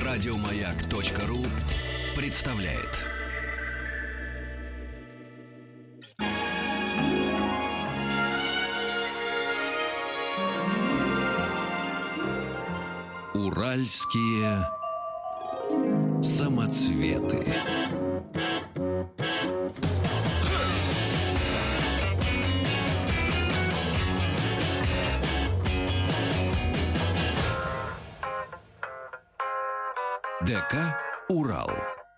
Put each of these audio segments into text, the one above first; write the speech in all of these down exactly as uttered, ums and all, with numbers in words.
Радиомаяк.ру представляет. Уральские самоцветы. ДК «Урал».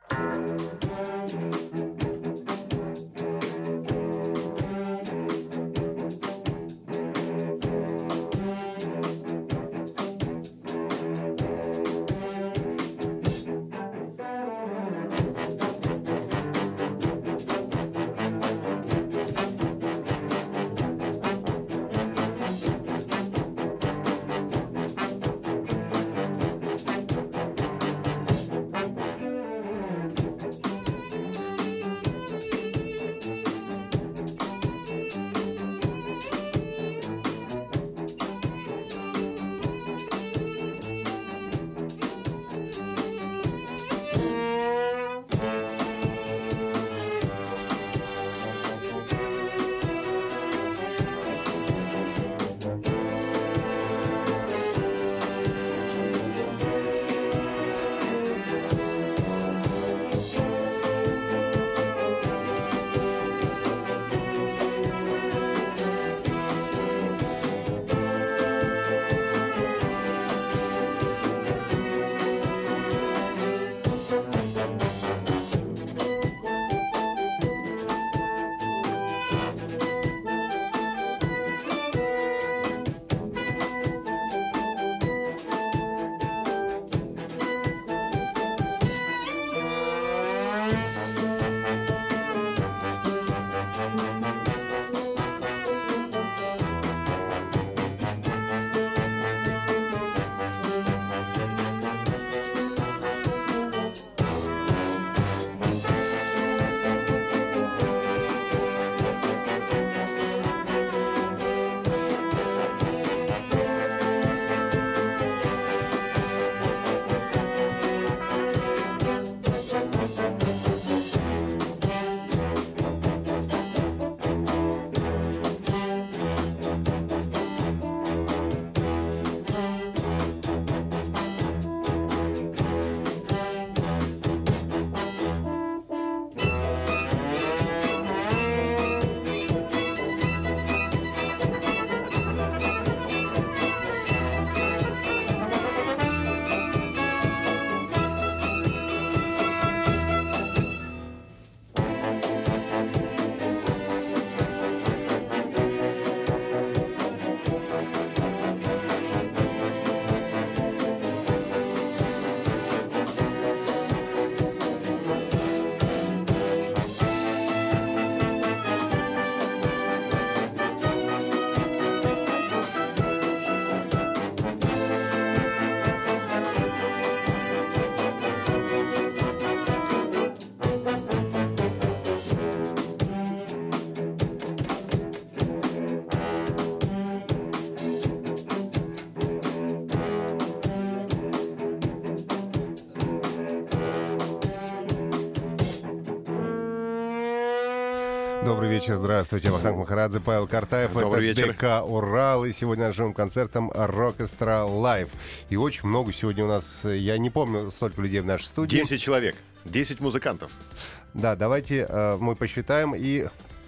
Добрый вечер, здравствуйте. Вахтанг Махарадзе, Павел Картаев. Добрый Это вечер. ДК «Урал». И сегодня над живым концертом «Рок-эстра Лайв». И очень много сегодня у нас, я не помню, столько людей в нашей студии. Десять человек, десять музыкантов. Да, давайте э, мы посчитаем и...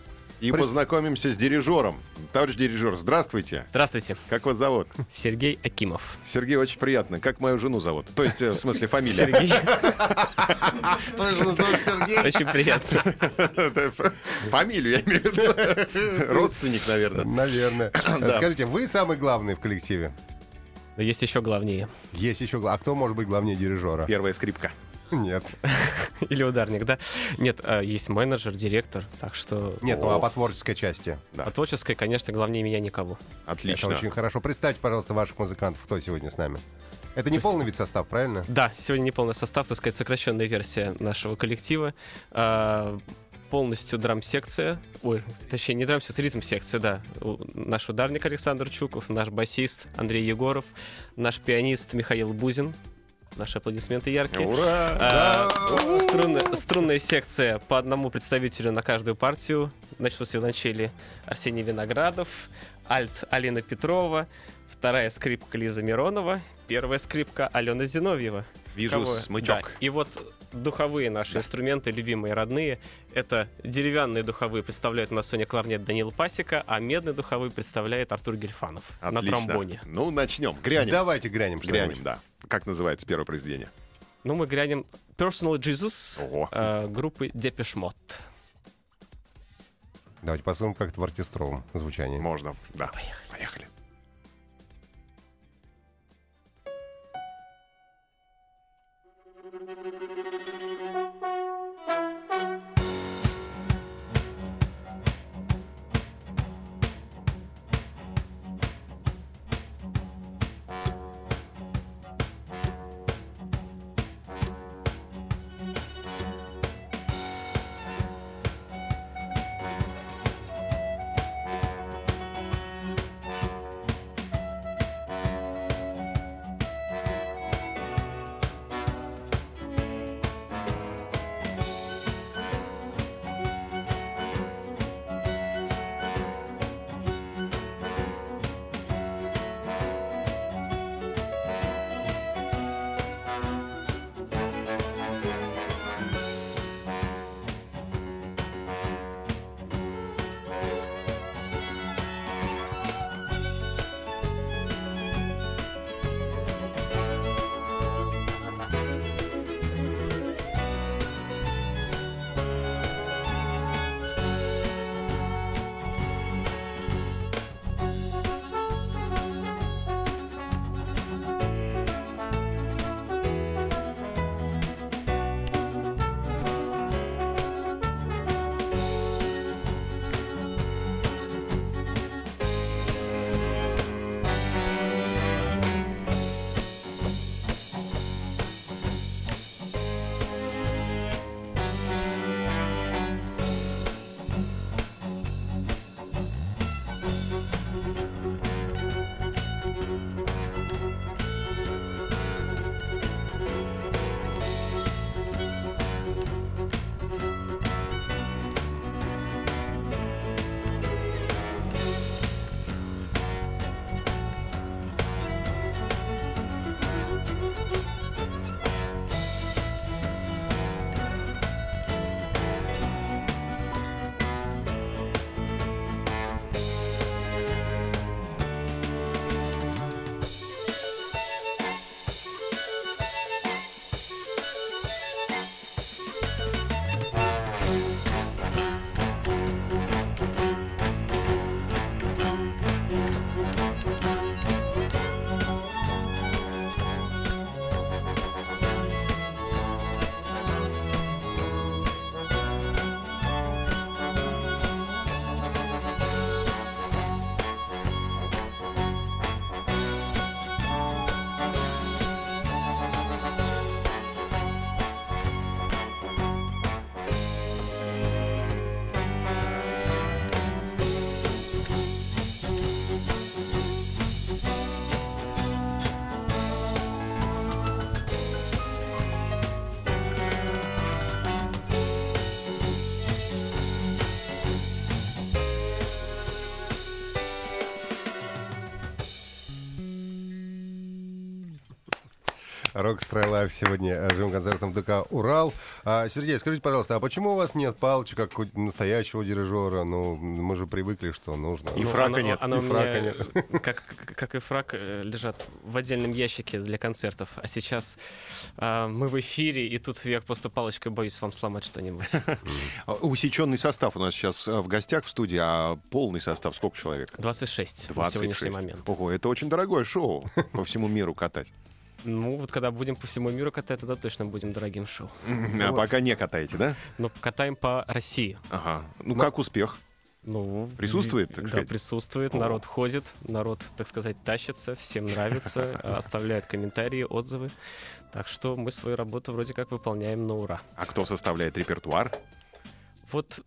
И При- познакомимся с дирижером. Товарищ дирижер, здравствуйте. Здравствуйте. Как вас зовут? Сергей Акимов. Сергей, очень приятно. Как мою жену зовут? То есть, э, в смысле, фамилия. Сергей. Тоже назовут Сергей. Очень приятно. Фамилию я имею в виду. Родственник, наверное. Наверное. Да. Скажите, вы самый главный в коллективе? Но есть еще главнее. Есть еще... гла- А кто может быть главнее дирижера? Первая скрипка. Нет. Или ударник, да? Нет, а, есть менеджер, директор, так что... Нет, ну а по творческой части? Да. По творческой, конечно, главнее меня никого. Отлично. Это очень хорошо. Представьте, пожалуйста, ваших музыкантов. Кто сегодня с нами? Это не полный вид состав, правильно? Да, сегодня не полный состав, так сказать, сокращенная версия нашего коллектива. А, полностью драм-секция. Ой, точнее, не драм-секция, ритм-секция, да. У- Наш ударник Александр Чуков, наш басист Андрей Егоров, наш пианист Михаил Бузин. Наши аплодисменты яркие. Ура! А, струнная, струнная секция по одному представителю на каждую партию. Начну с виолончели Арсений Виноградов, альт Алина Петрова, вторая скрипка Лиза Миронова, первая скрипка Алена Зиновьева. Вижу Кого? смычок. Да. И вот духовые наши Да. инструменты, любимые, родные, это деревянные духовые представляют у нас сегодня кларнет Данила Пасека, а медные духовые представляет Артур Гельфанов на Отлично. тромбоне. Ну, начнем. Грянем. Давайте грянем Грянем, что-нибудь. да. Как называется первое произведение? Ну, мы грянем Personal Jesus Ого. э, группы Depeche Mode. Давайте посмотрим, как это в оркестровом звучании. Можно, да. Поехали. Поехали. Rockstar Live сегодня живым концертом ДК «Урал». А, Сергей, скажите, пожалуйста, а почему у вас нет палочек, как у настоящего дирижера? Ну, мы же привыкли, что нужно. И Ну, фрака оно- нет. оно И у меня, фрака нет. э, Как, как и фрак, э, лежат в отдельном ящике для концертов. А сейчас а, мы в эфире, и тут я просто палочкой боюсь вам сломать что-нибудь. А, Усеченный состав у нас сейчас в гостях в студии, а полный состав сколько человек? двадцать шесть на двадцать сегодняшний шесть. момент. Ого, это очень дорогое шоу по всему миру катать. Ну, вот когда будем по всему миру катать, тогда точно будем дорогим шоу. А пока не катаете, да? Но катаем по России. Ага. Ну, как успех? Ну, Присутствует, ви- так да, сказать? присутствует. О. Народ ходит, народ, так сказать, тащится, всем нравится, оставляет комментарии, отзывы. Так что мы свою работу вроде как выполняем на ура. А кто составляет репертуар? Вот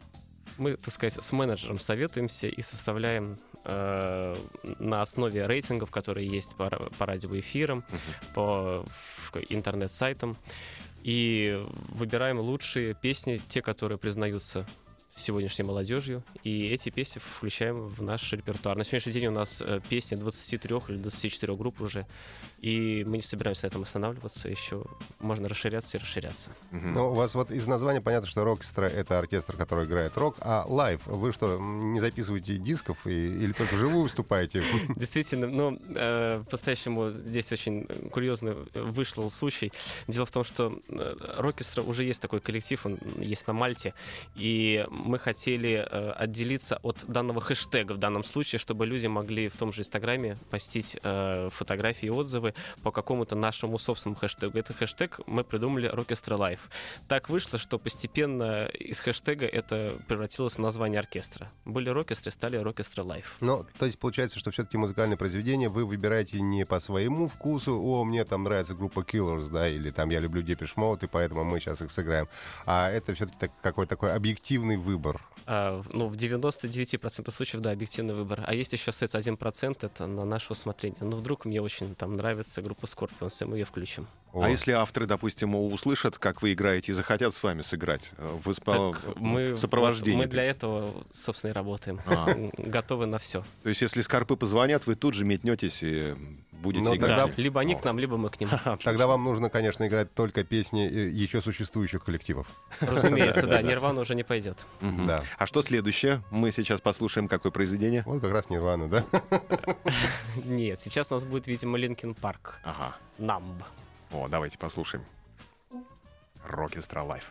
Мы, так сказать, с менеджером советуемся и составляем э, на основе рейтингов, которые есть по, по радиоэфирам, uh-huh. по в, интернет-сайтам, и выбираем лучшие песни, те, которые признаются сегодняшней молодежью, и эти песни включаем в наш репертуар. На сегодняшний день у нас э, песни двадцати трёх или двадцати четырёх групп уже, и мы не собираемся на этом останавливаться, еще можно расширяться и расширяться. Uh-huh. Ну, у вас вот из названия понятно, что рок-оркестра — это оркестр, который играет рок, а лайв, вы что, не записываете дисков и, или только вживую выступаете? Действительно, ну, э, по-настоящему здесь очень курьезно вышел случай. Дело в том, что рок-оркестра уже есть такой коллектив, он есть на Мальте, и мы хотели э, отделиться от данного хэштега в данном случае, чтобы люди могли в том же Инстаграме постить э, фотографии и отзывы по какому-то нашему собственному хэштегу. Этот хэштег мы придумали «Рок-оркестра Лайв». Так вышло, что постепенно из хэштега это превратилось в название оркестра. Были рок-оркестры, стали «Рок-оркестра Лайв». Ну, то есть получается, что все-таки музыкальное произведение вы выбираете не по своему вкусу, о, мне там нравится группа Killers, да, или там я люблю Depeche Mode, и поэтому мы сейчас их сыграем. А это все-таки так, какой-то такой объективный выбор. А, ну, в девяноста девяти процентах случаев, да, объективный выбор. А есть еще остается один процент, это на наше усмотрение. Ну, вдруг мне очень там нравится группа Scorpions, и мы ее включим. О. А если авторы, допустим, услышат, как вы играете, и захотят с вами сыграть в, испол... мы, в сопровождении? Мы для этого, собственно, и работаем. А. Готовы на все. То есть, если Скорпы позвонят, вы тут же метнетесь и будете ну, играть? Да, либо они О. к нам, либо мы к ним. Тогда вам нужно, конечно, играть только песни еще существующих коллективов. Разумеется, да, Нирвана уже не пойдет. Угу. Да. А что следующее? Мы сейчас послушаем какое произведение? Вот как раз Нирвана, да? Нет, сейчас у нас будет, видимо, Линкин Парк. Ага. Намб. О, давайте послушаем. Рок-оркестра Лайв.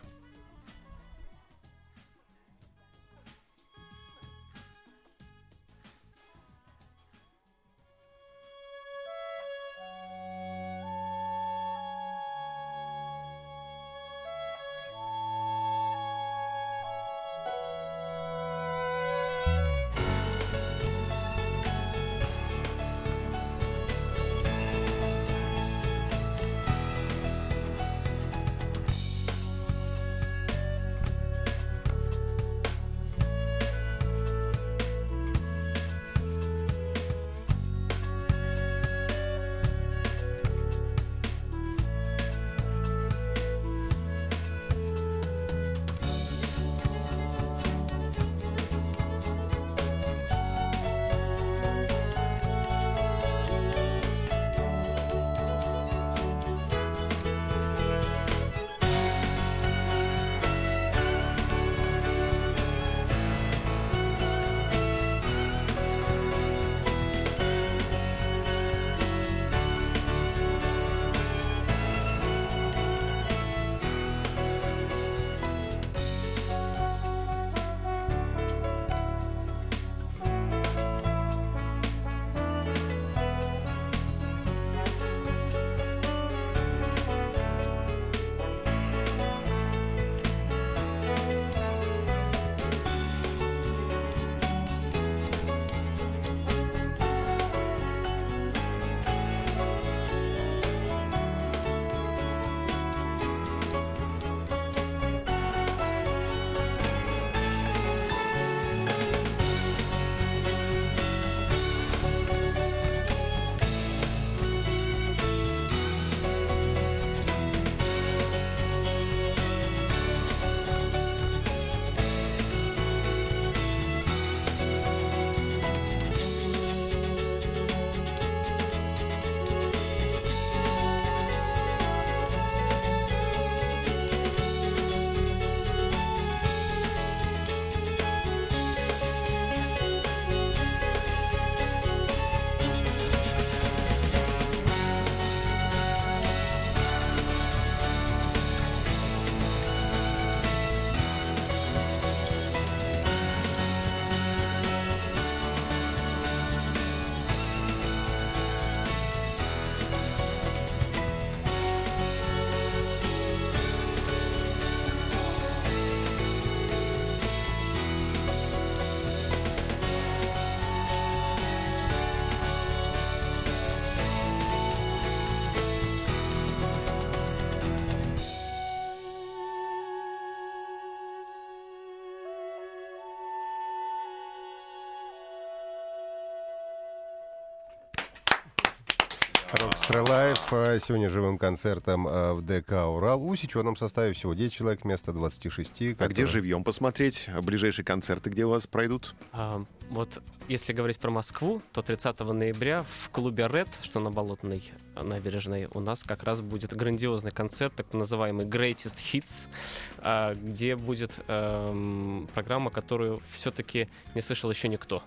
Рокстар Лайв сегодня живым концертом э, в ДК «Урал». В усеченном составе всего десять человек вместо двадцати шести. А которые... где живьем посмотреть? Ближайшие концерты, где у вас пройдут? А, вот если говорить про Москву, то тридцатого ноября в клубе Red, что на Болотной набережной, у нас как раз будет грандиозный концерт, так называемый Greatest Hits, а, где будет эм, программа, которую все-таки не слышал еще никто.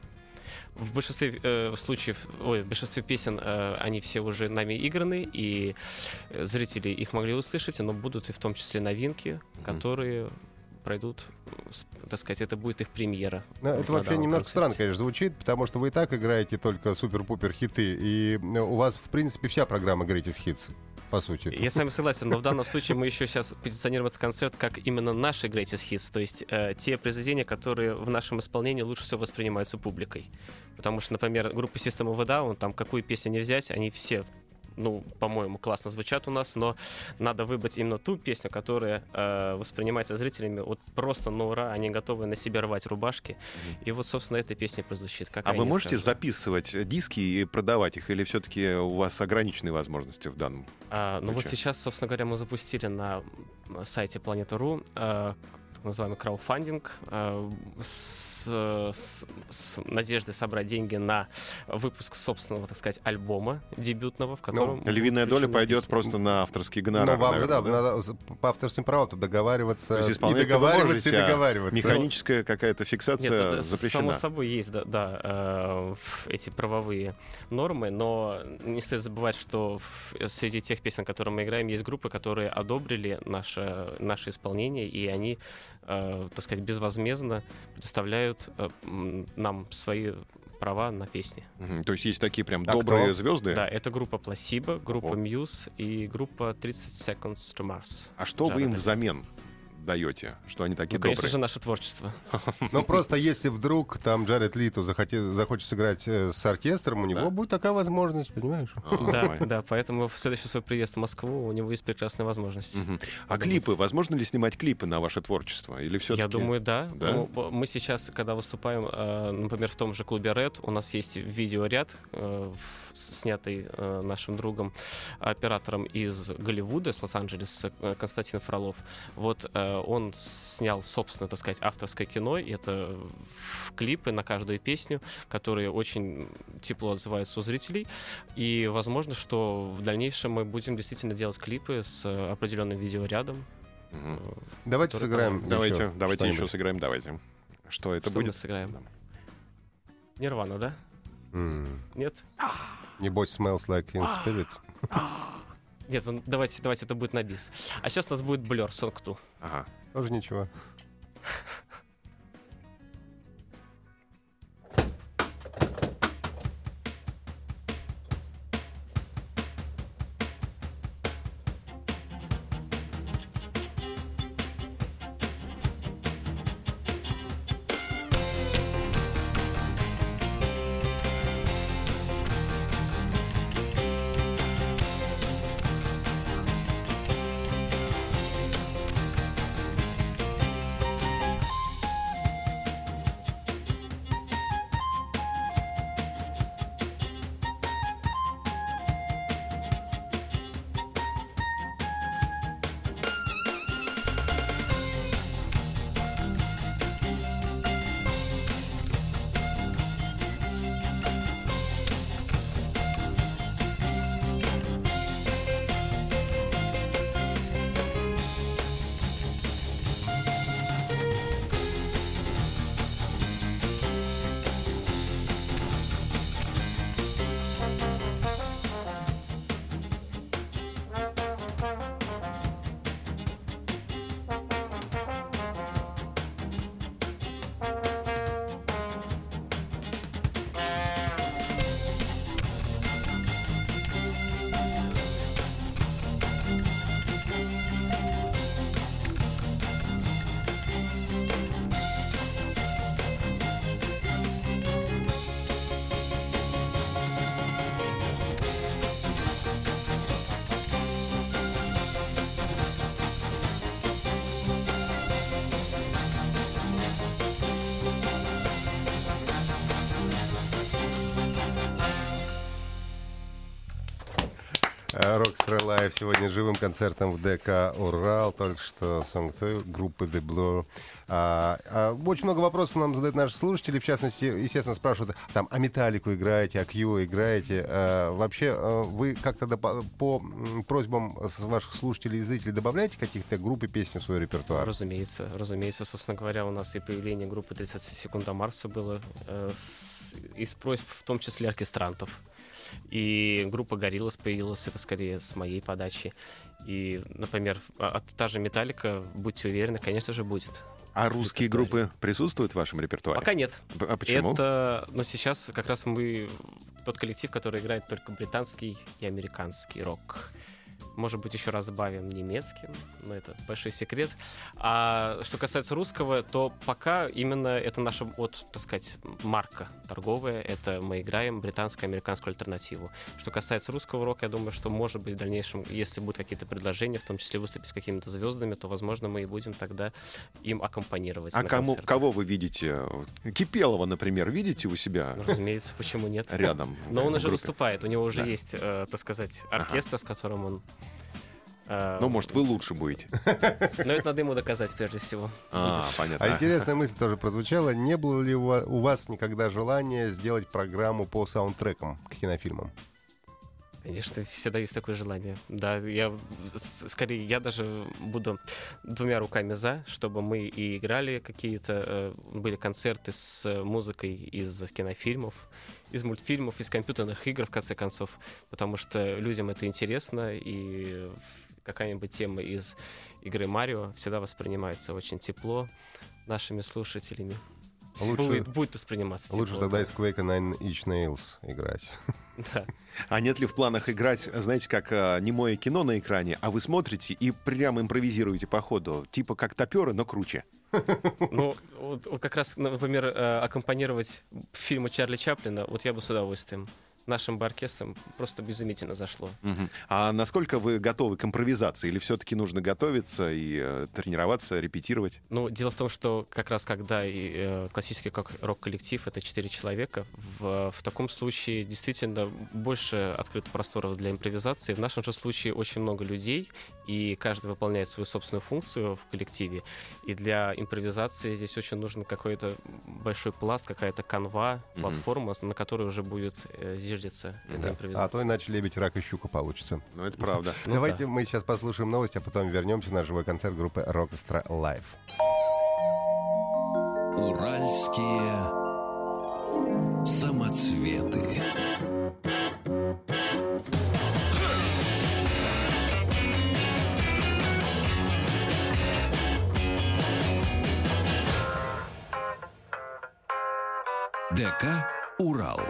В большинстве э, случаев, ой, в большинстве песен э, они все уже нами играны, и зрители их могли услышать, но будут и в том числе новинки, mm-hmm. которые пройдут, так сказать, это будет их премьера. Ну, это вообще немножко концерте. Странно, конечно, звучит, потому что вы и так играете только супер-пупер хиты, и у вас, в принципе, вся программа Greatest Hits. По сути. Я с вами согласен, но в данном случае мы еще сейчас позиционируем этот концерт как именно наши Greatest Hits, то есть э, те произведения, которые в нашем исполнении лучше всего воспринимаются публикой. Потому что, например, группа System of a Down, там какую песню не взять, они все, ну, по-моему, классно звучат у нас, но надо выбрать именно ту песню, которая э, воспринимается зрителями вот просто на ура, они готовы на себе рвать рубашки. Mm-hmm. И вот, собственно, эта песня прозвучит. А вы можете скажу. записывать диски и продавать их, или все-таки у вас ограниченные возможности в данном а, Ну вот сейчас, собственно говоря, мы запустили на сайте Planet точка ру э, так называемый краудфандинг э, с, с, с надеждой собрать деньги на выпуск собственного, так сказать, альбома дебютного, в котором... Ну, львиная доля пойдет песни. Просто на авторские гонорары. Ну, вам же, да, да, надо по авторским правам тут договариваться, и договариваться, можете, и договариваться. Механическая какая-то фиксация Нет, запрещена. Само собой есть, да, да э, эти правовые нормы, но не стоит забывать, что среди тех песен, которые мы играем, есть группы, которые одобрили наше, наше исполнение, и они, э, так сказать, безвозмездно предоставляют э, нам свои права на песни. Угу, то есть есть такие прям а добрые кто? звезды? Да, это группа Placebo, группа О. Muse и группа тридцать seconds to Mars. А что Джареда. вы им взамен даете, что они такие Ну, добрые? конечно же, наше творчество. Ну, просто если вдруг там Джаред Лито захотит, захочет сыграть э, с оркестром, у него Да. будет такая возможность, понимаешь? Да, да, поэтому в следующий свой приезд в Москву у него есть прекрасная возможность. Мгм. А клипы, возможно ли снимать клипы на ваше творчество? Или все-таки... Я думаю, да. Да? Ну, мы сейчас, когда выступаем, э, например, в том же клубе Red, у нас есть видеоряд, э, в- с- снятый э, нашим другом, оператором из Голливуда, с Лос-Анджелеса, э, Константин Фролов. Вот э, он снял, собственно, так сказать, авторское кино, и это в- клипы на каждую песню, которые очень тепло отзываются у зрителей. И возможно, что в дальнейшем мы будем действительно делать клипы с э, определенным видеорядом. Мгм. э, Давайте который сыграем там- Давайте, еще давайте еще что-нибудь. сыграем, давайте. Что это Что мы будет? сыграем? Нирвана, да? М, Нет? Небось, smells like in spirit. Нет, ну, давайте, давайте это будет на бис. А сейчас у нас будет Blur, Song два. Ага. Тоже ничего. Rockstar Live сегодня живым концертом в ДК «Урал». Только что сонг группы The Blur. А, а, очень много вопросов нам задают наши слушатели. В частности, естественно, спрашивают, там, а Металлику играете, а Кью играете. А, вообще, а, вы как-то по, по просьбам ваших слушателей и зрителей добавляете каких-то групп и песни в свой репертуар? Разумеется, разумеется. Собственно говоря, у нас и появление группы тридцать секунд до Марса было э, с, из просьб, в том числе оркестрантов. И группа Gorillaz появилась, это скорее с моей подачи. И, например, от, та же Металлика, будьте уверены, конечно же, будет. А русские группы присутствуют в вашем репертуаре? Пока нет. А почему? Это, но сейчас как раз мы тот коллектив, который играет только британский и американский рок. Может быть, еще раз добавим немецкий, но это большой секрет. А что касается русского, то пока именно это наша, вот, так сказать, марка торговая. Это мы играем британскую, американскую альтернативу. Что касается русского рока, я думаю, что, может быть, в дальнейшем, если будут какие-то предложения, в том числе выступить с какими-то звездами, то, возможно, мы и будем тогда им аккомпанировать. А кому, кого вы видите? Кипелова, например, видите у себя? Ну, разумеется, почему нет? Рядом. Но он уже группе. выступает, у него уже Да. есть, э, так сказать, оркестр, ага. с которым он... Ну, может, вы лучше будете. Но это надо ему доказать, прежде всего. А, понятно. А интересная мысль тоже прозвучала. Не было ли у вас никогда желания сделать программу по саундтрекам к кинофильмам? Конечно, всегда есть такое желание. Да, я скорее, я даже буду двумя руками за, чтобы мы и играли какие-то, были концерты с музыкой из кинофильмов, из мультфильмов, из компьютерных игр, в конце концов, потому что людям это интересно, и какая-нибудь тема из игры Марио всегда воспринимается очень тепло нашими слушателями. Лучше, будет, будет восприниматься лучше тепло, тогда да. из Quake Nine Inch Nails играть. Да. А нет ли в планах играть, знаете, как а, немое кино на экране, а вы смотрите и прямо импровизируете по ходу, типа как топеры, но круче? Ну, вот, вот как раз, например, э, аккомпанировать фильму Чарли Чаплина, вот я бы с удовольствием. Нашим бы оркестром просто безумительно зашло. Угу. А насколько вы готовы к импровизации? Или все-таки нужно готовиться и э, тренироваться, репетировать? Ну, дело в том, что как раз когда и, э, классический как рок-коллектив — это четыре человека, в, в таком случае действительно больше открыто просторов для импровизации. В нашем же случае очень много людей, и каждый выполняет свою собственную функцию в коллективе. И для импровизации здесь очень нужен какой-то большой пласт, какая-то канва, mm-hmm. платформа, на которой уже будет э, зиждется эта Да. импровизация. А то иначе лебедь, рак и щука получится. Ну, это правда. Ну, Давайте да. мы сейчас послушаем новости, а потом вернемся на живой концерт группы Rockstar Live. Уральские самоцветы. ДК «Урал».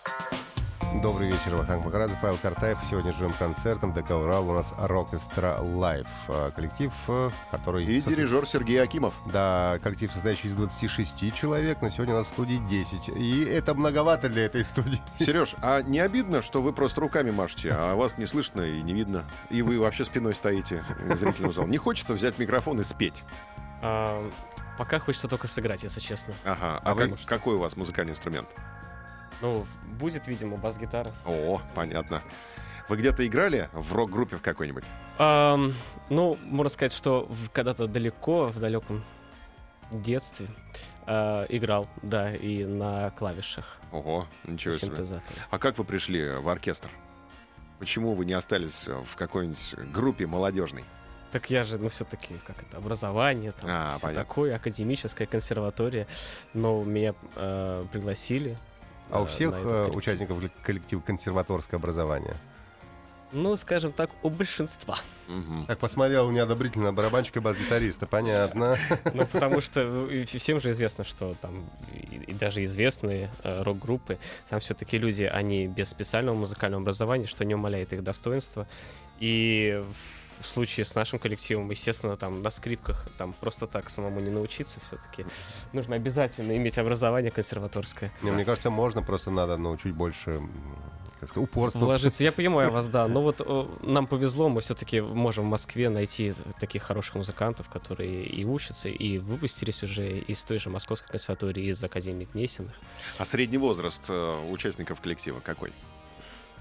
Добрый вечер, Вахтанг Махарадзе, Павел Картаев. Сегодня живым концертом ДК «Урал» у нас Rockstar Live. Коллектив, который... И со... дирижер Сергей Акимов. Да, коллектив, состоящий из двадцати шести человек, но сегодня у нас в студии десять. И это многовато для этой студии. Сереж, а не обидно, что вы просто руками машете, а вас не слышно и не видно? И вы вообще спиной стоите в зрительном зале. Не хочется взять микрофон и спеть? А, пока хочется только сыграть, если честно. Ага, а Потому как- что- какой у вас музыкальный инструмент? Ну, будет, видимо, бас-гитара. О, понятно. Вы где-то играли в рок-группе в какой-нибудь? Ам, ну, можно сказать, что в- когда-то далеко, в далеком детстве а, играл, да, и на клавишах, Ого, ничего на себе. синтезаторе. А как вы пришли в оркестр? Почему вы не остались в какой-нибудь группе молодежной? Так я же, ну, все-таки, как это, образование, там, А, все понятно. такое, академическая консерватория. Но меня э, пригласили. А у э, всех на этот э, коллектив. участников коллектива консерваторское образование? Ну, скажем так, у большинства. Мгм. Так, посмотрел неодобрительно барабанщика и бас-гитариста, понятно. Ну, потому что э, всем же известно, что там и, и даже известные э, рок-группы, там все-таки люди, они без специального музыкального образования, что не умаляет их достоинства. И в, в случае с нашим коллективом, естественно, там на скрипках там просто так самому не научиться все-таки. Нужно обязательно иметь образование консерваторское. Не, мне кажется, можно, просто надо, ну, чуть больше, м, как сказать, упорства. Вложиться. Я понимаю вас, да. Но вот э, нам повезло, мы все-таки можем в Москве найти таких хороших музыкантов, которые и учатся, и выпустились уже из той же Московской консерватории, из Академии Гнесиных. А средний возраст э, участников коллектива какой?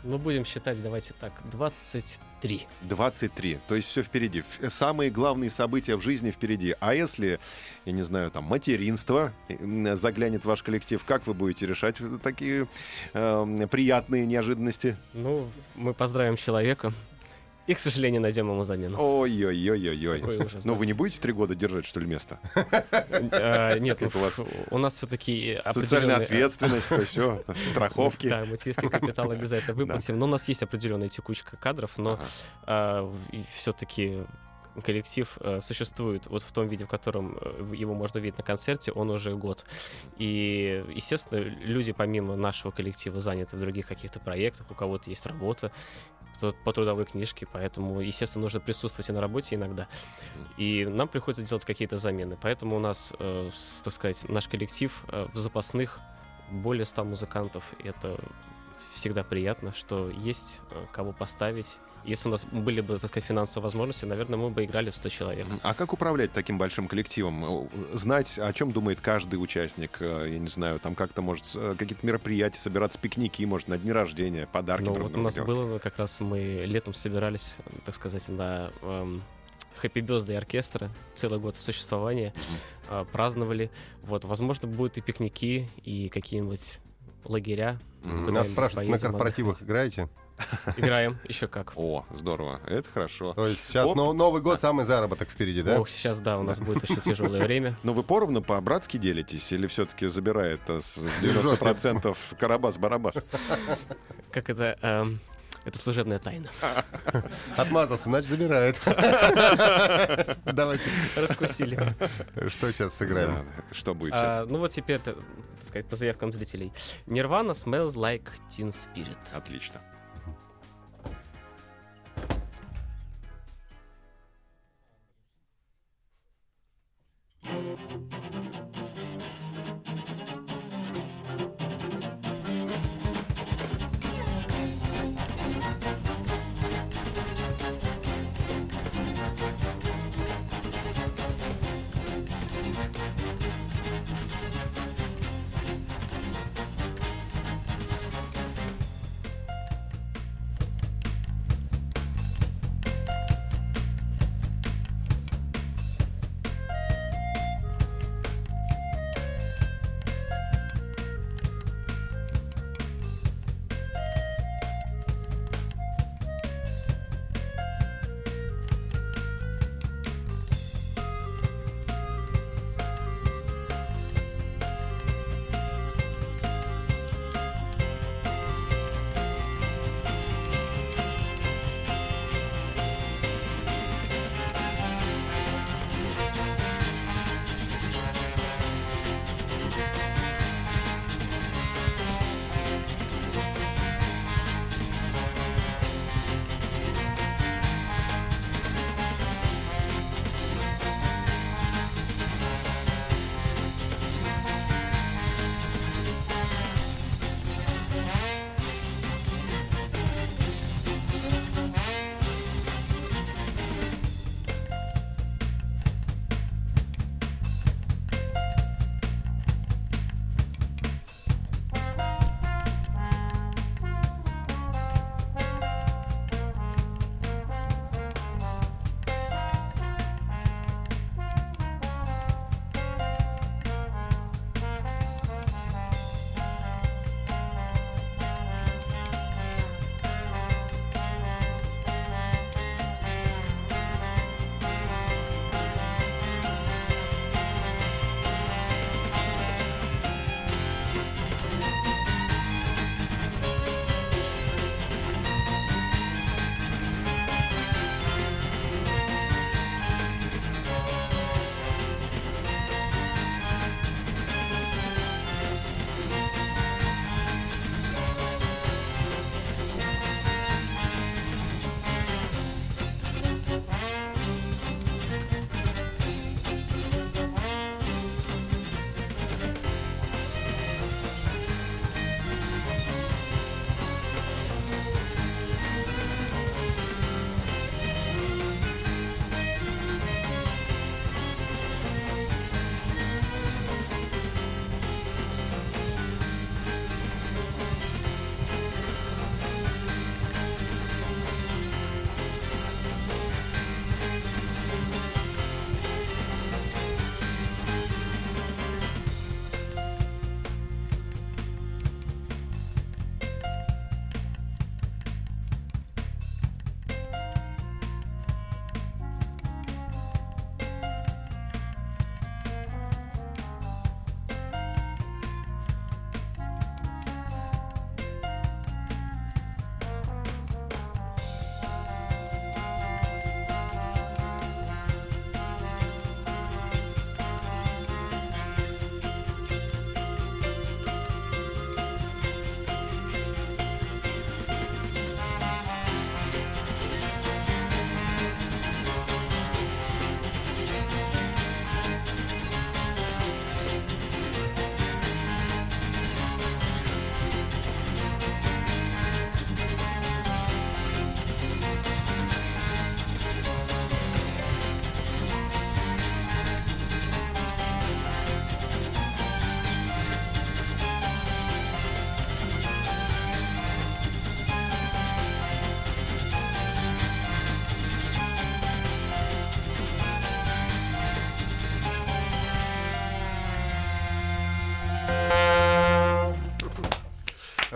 Ну, будем считать, давайте так, двадцать три. двадцать три. То есть все впереди. Ф- Самые главные события в жизни впереди. А если, я не знаю, там, материнство э, заглянет в ваш коллектив, как вы будете решать такие э, приятные неожиданности? Ну, мы поздравим человека и, к сожалению, найдем ему замену. Ой-ой-ой-ой-ой. Какой ужас, Ну, да. вы не будете три года держать, что ли, место? А, Нет, ну, Это у вас ф- у нас все-таки Социальная определенные... ответственность, то все, страховки. Да, материнский капитал обязательно выплатим. Но у нас есть определенная текучка кадров, но Ага. все-таки коллектив э, существует вот в том виде, в котором э, его можно видеть на концерте, он уже год. И, естественно, люди помимо нашего коллектива заняты в других каких-то проектах, у кого-то есть работа по по трудовой книжке, поэтому, естественно, нужно присутствовать и на работе иногда. И нам приходится делать какие-то замены. Поэтому у нас, э, с- так сказать, наш коллектив э, в запасных более ста музыкантов. И это всегда приятно, что есть э, кого поставить. Если у нас были бы, так сказать, финансовые возможности, наверное, мы бы играли в сто человек. А как управлять таким большим коллективом? Знать, о чем думает каждый участник, э, я не знаю, там как-то, может, э, какие-то мероприятия, собираться, пикники, может, на дни рождения, подарки Ну, друг вот у другу нас делать? было, как раз мы летом собирались, так сказать, на эм, Happy Birthday оркестра, целый год существования, э, праздновали. Вот, возможно, будут и пикники, и какие-нибудь лагеря. Мгм. Нас Куда-нибудь спрашивают, на поедем корпоративах играете? отдыхать. Играем, еще как. О, здорово, это хорошо. То есть сейчас Оп. но- Новый год, самый заработок впереди, да? Ох, сейчас, да, у нас будет очень тяжелое время. Но вы поровну по-братски делитесь или все-таки забирает э, с девяносто процентов Карабас-Барабас? Как это... эм, это служебная тайна. Отмазался, значит, забирает. Давайте. Раскусили. Что сейчас сыграем? Да, что будет А, сейчас? ну вот теперь, так сказать, по заявкам зрителей. Nirvana Smells Like Teen Spirit. Отлично.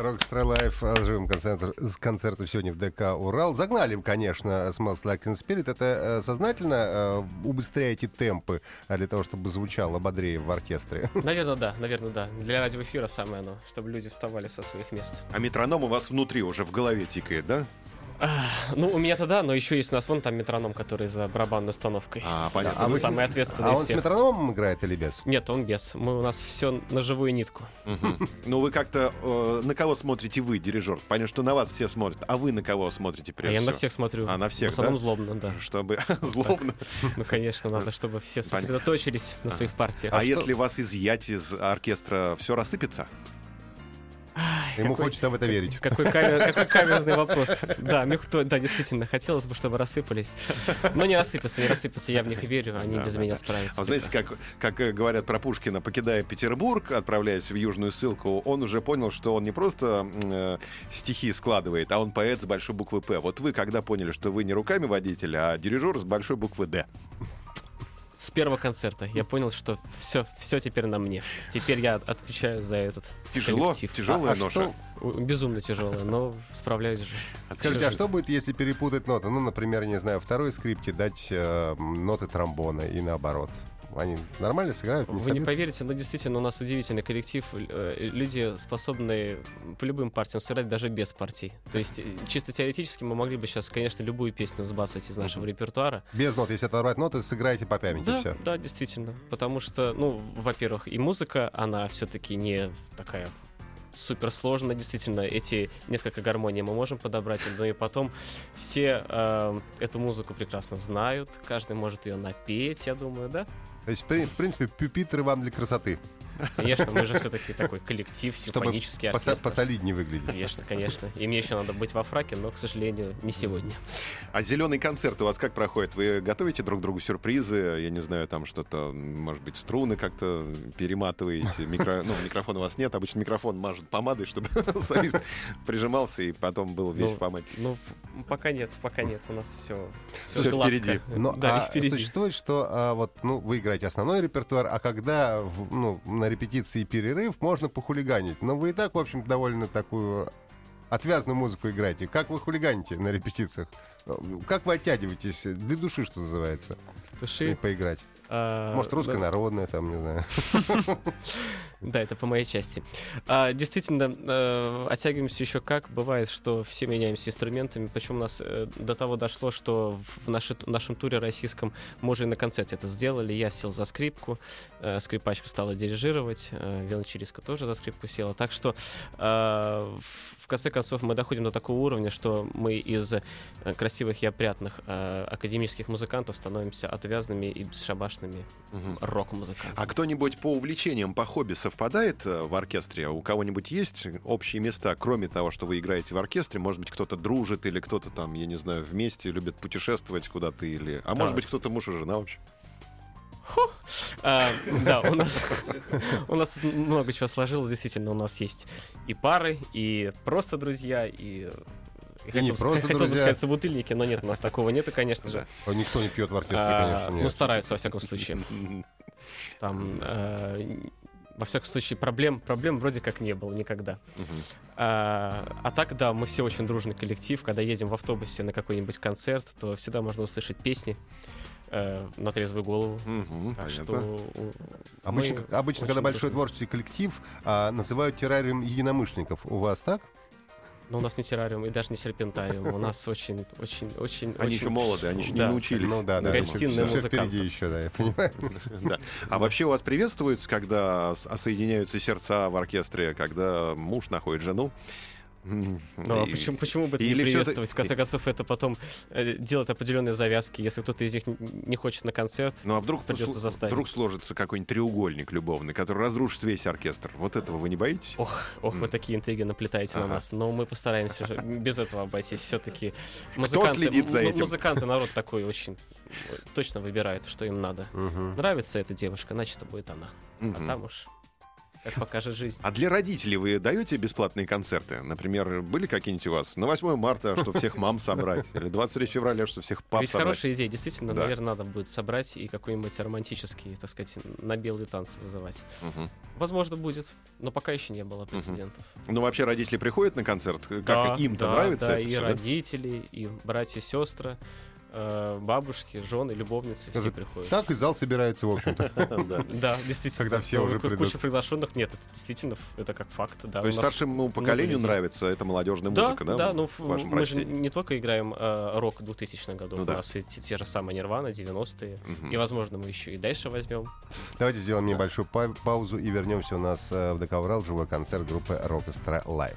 Rockstar Live с живым концертом, с концертом сегодня в ДК «Урал». Загнали, конечно, Smells Like Teen Spirit. Это э, сознательно э, убыстряете темпы э, для того, чтобы звучало бодрее в оркестре? Наверное, да, наверное, да. Для радиоэфира самое оно, чтобы люди вставали со своих мест. А метроном у вас внутри уже в голове тикает, да? А, ну, у меня-то да, но еще есть у нас вон там метроном, который за барабанной установкой. А, понятно. А Это вы- самый ответственный А из он с всех. метрономом играет или без? Нет, он без. Мы, у нас все на живую нитку. Мгм. Ну, вы как-то... э, на кого смотрите вы, дирижер? Понятно, что на вас все смотрят. А вы на кого смотрите А прежде я на всего? всех смотрю. А, на всех, В основном да? злобно, да. Чтобы злобно. Ну, конечно, надо, чтобы все Понятно. сосредоточились на своих партиях. А что- если вас изъять из оркестра, все рассыпется? Ему какой- хочется в это верить. Какой, камер- какой каверзный вопрос. Да, мне кто- да, действительно, хотелось бы, чтобы рассыпались. Но не рассыпятся, не рассыпятся, я в них верю, они Да, без да, меня да. справятся. А знаете, прекрасно. как, как э, говорят про Пушкина, покидая Петербург, отправляясь в Южную ссылку, он уже понял, что он не просто э, стихи складывает, а он поэт с большой буквы «П». Вот вы когда поняли, что вы не руками водителя, а дирижер с большой буквы «Д»? С первого концерта я понял, что все, все теперь на мне. Теперь я отвечаю за этот Тяжело? коллектив. Тяжелая А- а ноша? что- У- Безумно тяжело, но справляюсь же. Скажите, а что будет, если перепутать ноты? Ну, например, не знаю, второй скрипке дать э, ноты тромбона и наоборот. Они нормально сыграют? Вы не сольются? поверите, но действительно у нас удивительный коллектив. Э, Люди способны по любым партиям сыграть даже без партий. То есть э, чисто теоретически мы могли бы сейчас, конечно, любую песню сбацать из нашего репертуара. Без нот, если оторвать ноты, сыграйте по памяти, Да, все. да, действительно. Потому что, ну, во-первых, и музыка, она все-таки не такая суперсложная, действительно, эти несколько гармоний мы можем подобрать, но и потом все э, эту музыку прекрасно знают, каждый может ее напеть, я думаю, да? То есть, в при- в принципе, пюпитры вам для красоты, Конечно, мы же все-таки такой коллектив, чтобы симфонический посо- оркестр. посолиднее выглядеть. Конечно, конечно. И мне еще надо быть во фраке, но, к сожалению, не сегодня. А зеленый концерт у вас как проходит? Вы готовите друг другу сюрпризы? Я не знаю, там что-то, может быть, струны как-то перематываете? Микро... Ну, микрофона у вас нет. Обычно микрофон мажет помадой, чтобы солист прижимался и потом был весь Ну, в помаде. Ну, пока нет, пока нет. У нас все, Всё впереди. Но, Да, а и впереди. существует, что а, вот, ну, вы играете основной репертуар, а когда в- ну, на репетиции перерыв, можно похулиганить. Но вы и так, в общем, довольно такую отвязную музыку играете. Как вы хулиганите на репетициях? Как вы оттягиваетесь для души, что называется, Души. поиграть? а, Может, русское да. народное, там, не знаю. Да, это по моей части. А, действительно, э, оттягиваемся еще как. Бывает, что все меняемся инструментами. Причем у нас э, до того дошло, что в наши- в нашем туре российском мы уже и на концерте это сделали. Я сел за скрипку, э, скрипачка стала дирижировать, э, виолончелистка тоже за скрипку села. Так что э, в, в конце концов мы доходим до такого уровня, что мы из э, красивых и опрятных э, академических музыкантов становимся отвязными и бесшабашными Мгм. рок-музыкантами. А кто-нибудь по увлечениям, по хобби совпадает э, в оркестре? У кого-нибудь есть общие места, кроме того, что вы играете в оркестре? Может быть, кто-то дружит или кто-то там, я не знаю, вместе любит путешествовать куда-то или... А может Так. быть, кто-то муж и жена вообще? А, да, у нас, у нас тут много чего сложилось. Действительно, у нас есть и пары, и просто друзья, и... И хотел не бы- просто хотел бы друзья. сказать собутыльники, но нет, у нас такого нету, конечно же. А никто не пьет в оркестре, А, конечно. ну, нет. стараются, во всяком случае. Мгм. Там, э, во всяком случае, проблем, проблем вроде как не было никогда. Мгм. А, а так, да, мы все очень дружный коллектив. Когда едем в автобусе на какой-нибудь концерт, то всегда можно услышать песни э, на трезвую голову. Мгм, Так понятно. что у- Обычно, мы обычно очень когда большой дружны. творческий коллектив, а, называют террариум единомышленников. У вас так? Но у нас не террариум и даже не серпентариум. У нас очень, очень, очень... Они очень- еще молоды, они еще не Да. научились. Ну да, да. Гостиная Все музыкантов. впереди еще, да, я понимаю. Да. А вообще у вас приветствуется, когда с- соединяются сердца в оркестре, когда муж находит жену? М, Ну, а и- почему, почему бы это не или всё-таки- приветствовать? В конце концов, это потом э, делает определенные завязки. Если кто-то из них н- не хочет на концерт, Ну а вдруг, Придется посл- заставить. вдруг сложится какой-нибудь треугольник любовный, который разрушит весь оркестр. Вот этого вы не боитесь? ох, ох, вы такие интриги наплетаете на Ага. нас. Но мы постараемся же без этого обойтись. Все-таки музыканты, следит за м- этим? музыканты, народ такой очень э, точно выбирает, что им надо. Мгм. Нравится эта девушка, значит, это будет она. Мгм. А там уж... как покажет жизнь. А для родителей вы даете бесплатные концерты? Например, были какие-нибудь у вас на восьмое марта, что всех мам собрать? Или двадцать третьего февраля, что всех пап Ведь собрать? хорошая идея, действительно, Да. наверное, надо будет собрать и какой-нибудь романтический, так сказать, на белые танцы вызывать. Мгм. Возможно, будет, но пока еще не было прецедентов. Ну, вообще, родители приходят на концерт? Как Да, им-то да, нравится да, это и всё, да? родители, и братья, сестры, э, бабушки, жены, любовницы, все Это приходят. Так и зал собирается, в общем-то. Да. Да, действительно. Когда все Ну, уже ку- придут. Куча приглашенных нет, это действительно ф- это как факт. Да. То есть У нас старшему много поколению людей. нравится эта молодежная Да, музыка, да? да, ну в ф- вашем мы же прочтении? не только играем э, рок двухтысячных годов, Ну у да. нас и те, те же самые Нирвана, девяностые, Мгм. и, возможно, мы еще и дальше возьмем. Давайте сделаем небольшую па- паузу и вернемся. У нас э, в ДК «Урал» живой концерт группы Orchestra Live.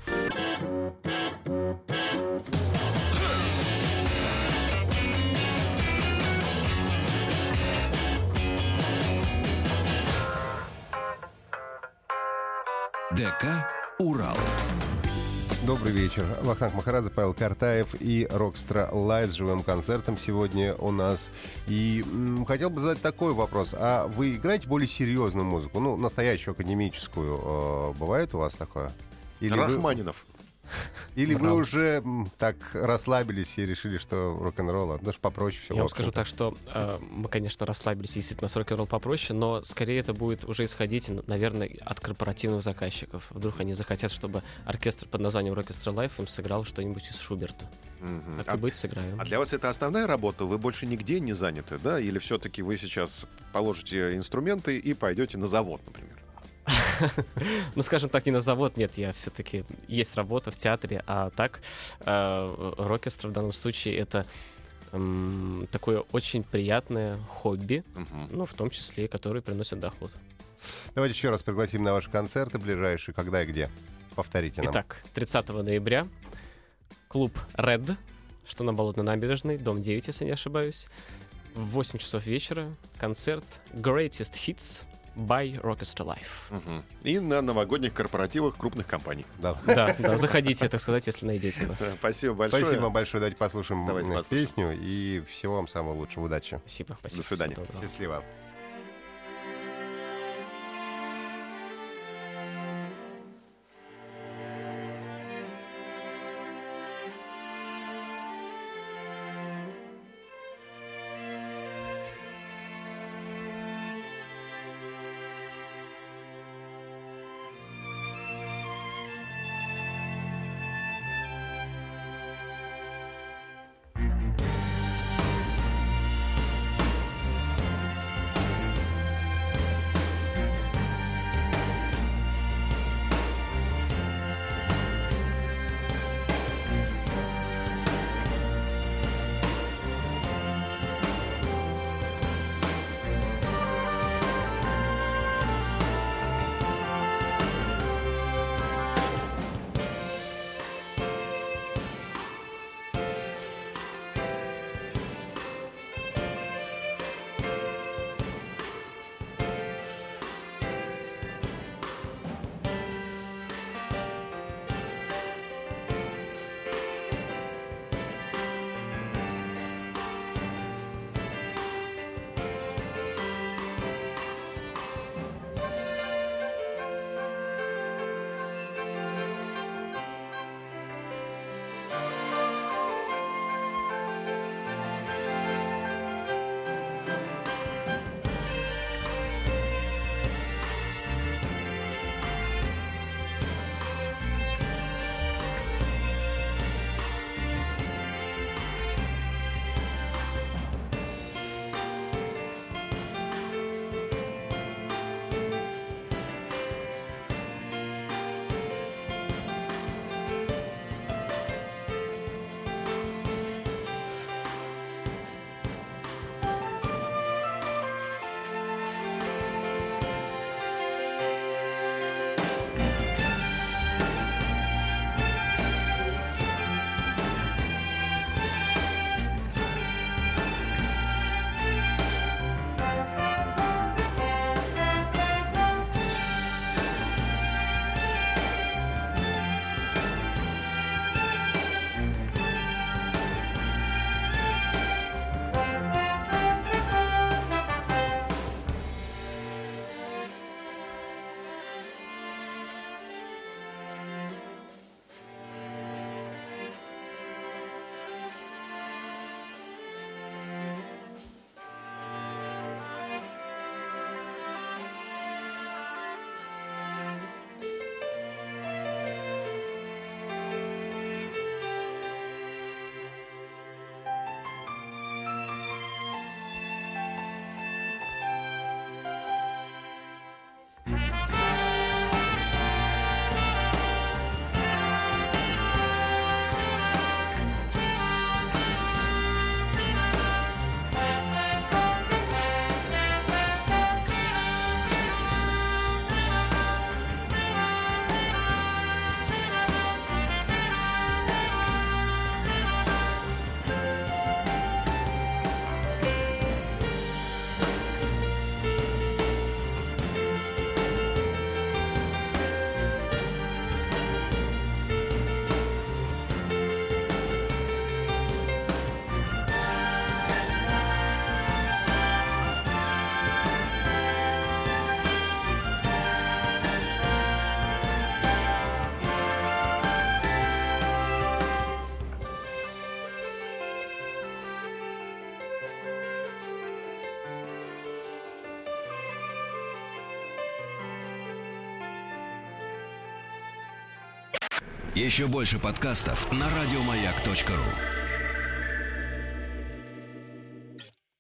ДК «Урал». Добрый вечер. Вахтанг Махарадзе, Павел Картаев и Orchestra Live с живым концертом сегодня у нас. И м, хотел бы задать такой вопрос. А вы играете более серьезную музыку? Ну, настоящую академическую. Э, бывает у вас такое? Или вы, Рахманинов. или вы Браус. уже м, так расслабились и решили, что рок-н-ролл, даже попроще все. Я вам скажу так, что э, мы, конечно, расслабились, действительно, с рок-н-ролл попроще, но скорее это будет уже исходить, н- наверное, от корпоративных заказчиков. Вдруг они захотят, чтобы оркестр под названием Orchestra Live им сыграл что-нибудь из Шуберта. Мгм. Так А и быть, сыграем. А для вас это основная работа? Вы больше нигде не заняты, да? Или все-таки вы сейчас положите инструменты и пойдете на завод, например? Ну, скажем так, не на завод, нет, я все-таки есть работа в театре, а так э, рокестр в данном случае это м, такое очень приятное хобби, Мгм. ну, в том числе, которое приносит доход. Давайте еще раз пригласим на ваши концерты ближайшие. Когда и где? Повторите нам. Итак, тридцатого ноября клуб Red, что на Болотной набережной, дом девять, если не ошибаюсь. В восемь часов вечера концерт Greatest Hits by Orchestra Live. Мгм. И на новогодних корпоративах крупных компаний. Да. Да, да, заходите, так сказать, если найдете нас. Спасибо большое. Спасибо вам большое. Давайте послушаем Давайте м, послушаем. песню. И всего вам самого лучшего. Удачи. Спасибо, спасибо. До свидания. Всего доброго. Счастливо. Еще больше подкастов на радиомаяк точка ру.